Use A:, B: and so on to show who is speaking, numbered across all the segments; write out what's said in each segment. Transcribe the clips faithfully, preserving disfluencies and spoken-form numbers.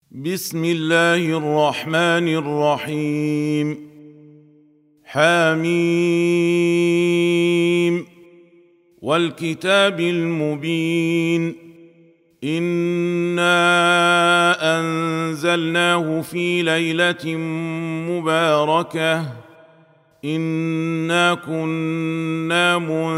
A: بسم الله الرحمن الرحيم. حميم والكتاب المبين. إنا أنزلناه في ليلة مباركة إنا كنا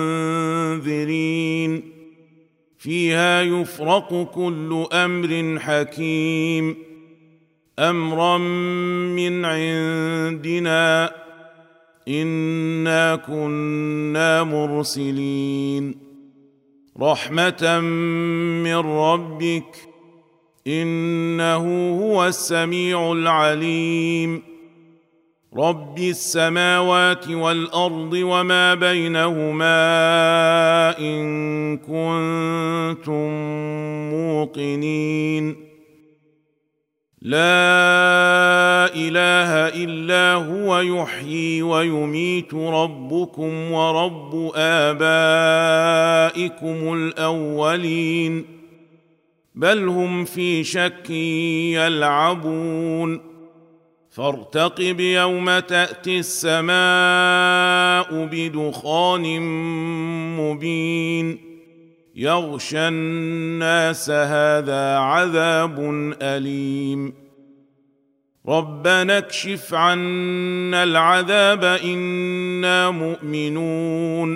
A: منذرين فيها يفرق كل أمر حكيم أمرا من عندنا إنا كنا مرسلين رحمة من ربك إنه هو السميع العليم رب السماوات والأرض وما بينهما إن كنتم موقنين لا إله إلا هو يحيي ويميت ربكم ورب آبائكم الأولين بل هم في شك يلعبون فارتقب يوم تأتي السماء بدخان مبين يغشى الناس هذا عذاب أليم ربنا اكشف عنا العذاب إنا مؤمنون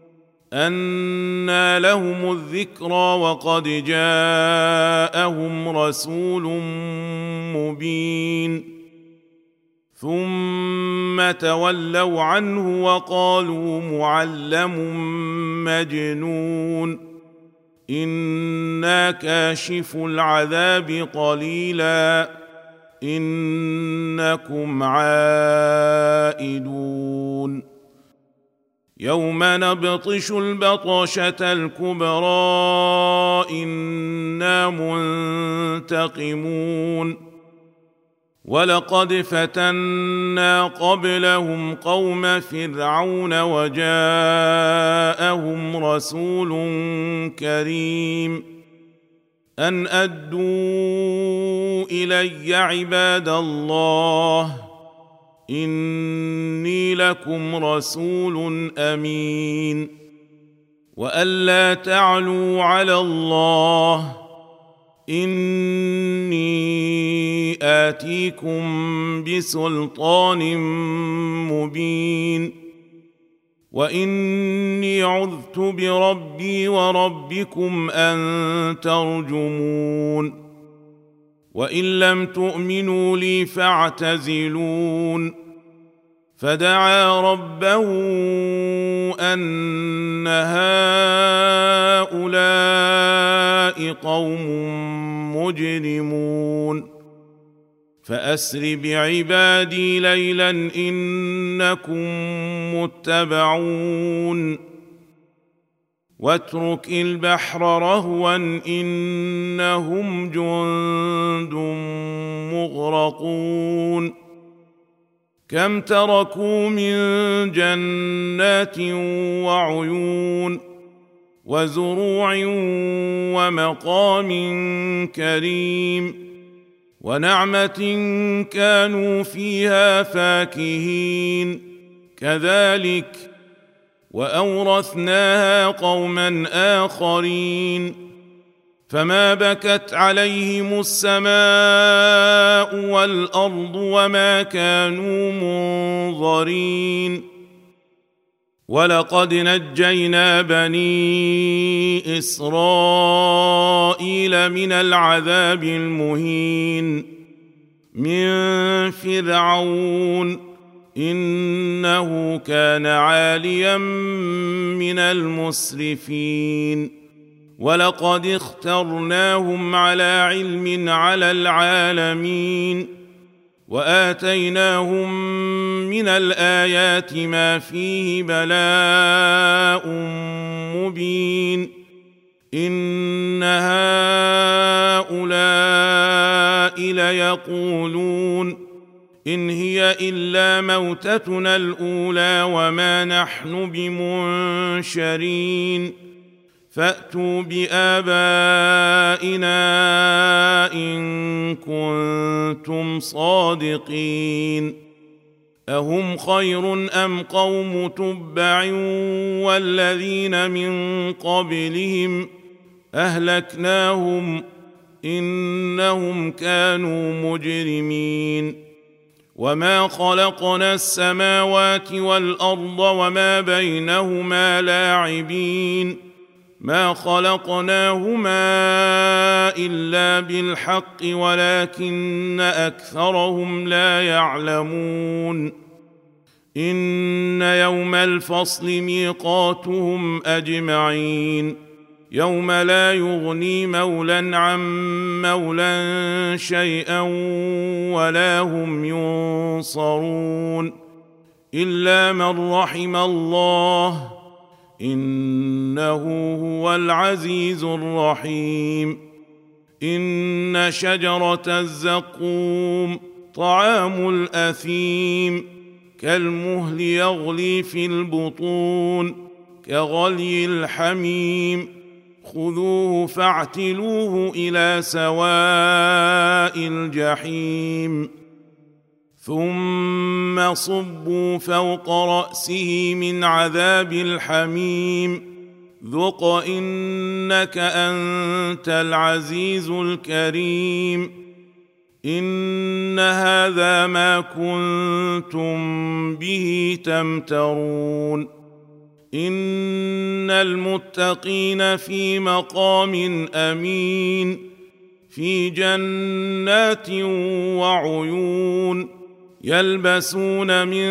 A: أنى لهم الذكرى وقد جاءهم رسول مبين ثم تولوا عنه وقالوا معلم مجنون إنا كاشف العذاب قليلا إنكم عائدون يوم نبطش البطشة الكبرى إنا منتقمون ولقد فتنا قبلهم قوم فرعون وجاءهم رسول كريم أن أدوا إلي عباد الله إني لكم رسول أمين وألا تعلوا على الله إني آتيكم بسلطان مبين وإني عذت بربي وربكم أن ترجمون وإن لم تؤمنوا لي فاعتزلون فدعا ربه أن هؤلاء قوم مجرمون فأسر بعبادي ليلا إنكم متبعون واترك البحر رهوا إنهم جند مغرقون كم تركوا من جنات وعيون وزروع ومقام كريم ونعمة كانوا فيها فاكهين كذلك وأورثناها قوما آخرين فما بكت عليهم السماء والأرض وما كانوا منظرين ولقد نجينا بني إسرائيل من العذاب المهين من فرعون إنه كان عاليا من المسرفين ولقد اخترناهم على علم على العالمين وآتيناهم من الآيات ما فيه بلاء مبين إن هؤلاء ليقولون إن هي إلا موتتنا الأولى وما نحن بمنشرين فأتوا بآبائنا إن كنتم صادقين أهم خير أم قوم تبع والذين من قبلهم أهلكناهم إنهم كانوا مجرمين وما خلقنا السماوات والأرض وما بينهما لاعبين ما خلقناهما إلا بالحق ولكن أكثرهم لا يعلمون إن يوم الفصل ميقاتهم أجمعين يوم لا يغني مولى عن مولى شيئا ولا هم ينصرون إلا من رحم الله إنه هو العزيز الرحيم إن شجرة الزقوم طعام الأثيم كالمهل يغلي في البطون كغلي الحميم خذوه فاعتلوه إلى سواء الجحيم ثم صبوا فوق رأسه من عذاب الحميم ذق إنك أنت العزيز الكريم إن هذا ما كنتم به تمترون إن المتقين في مقام أمين في جنات وعيون يلبسون من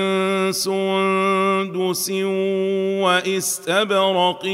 A: سندس واستبرق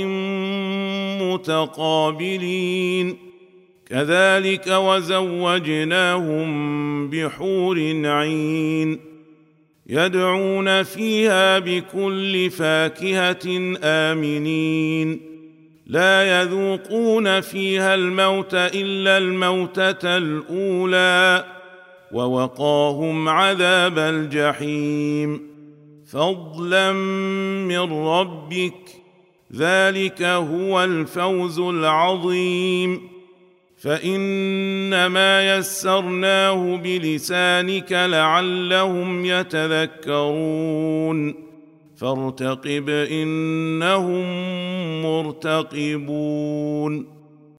A: متقابلين كذلك وزوجناهم بحور عين يدعون فيها بكل فاكهة آمنين لا يذوقون فيها الموت إلا الموتة الأولى ووقاهم عذاب الجحيم فضلا من ربك ذلك هو الفوز العظيم فإنما يسرناه بلسانك لعلهم يتذكرون فارتقب إنهم مرتقبون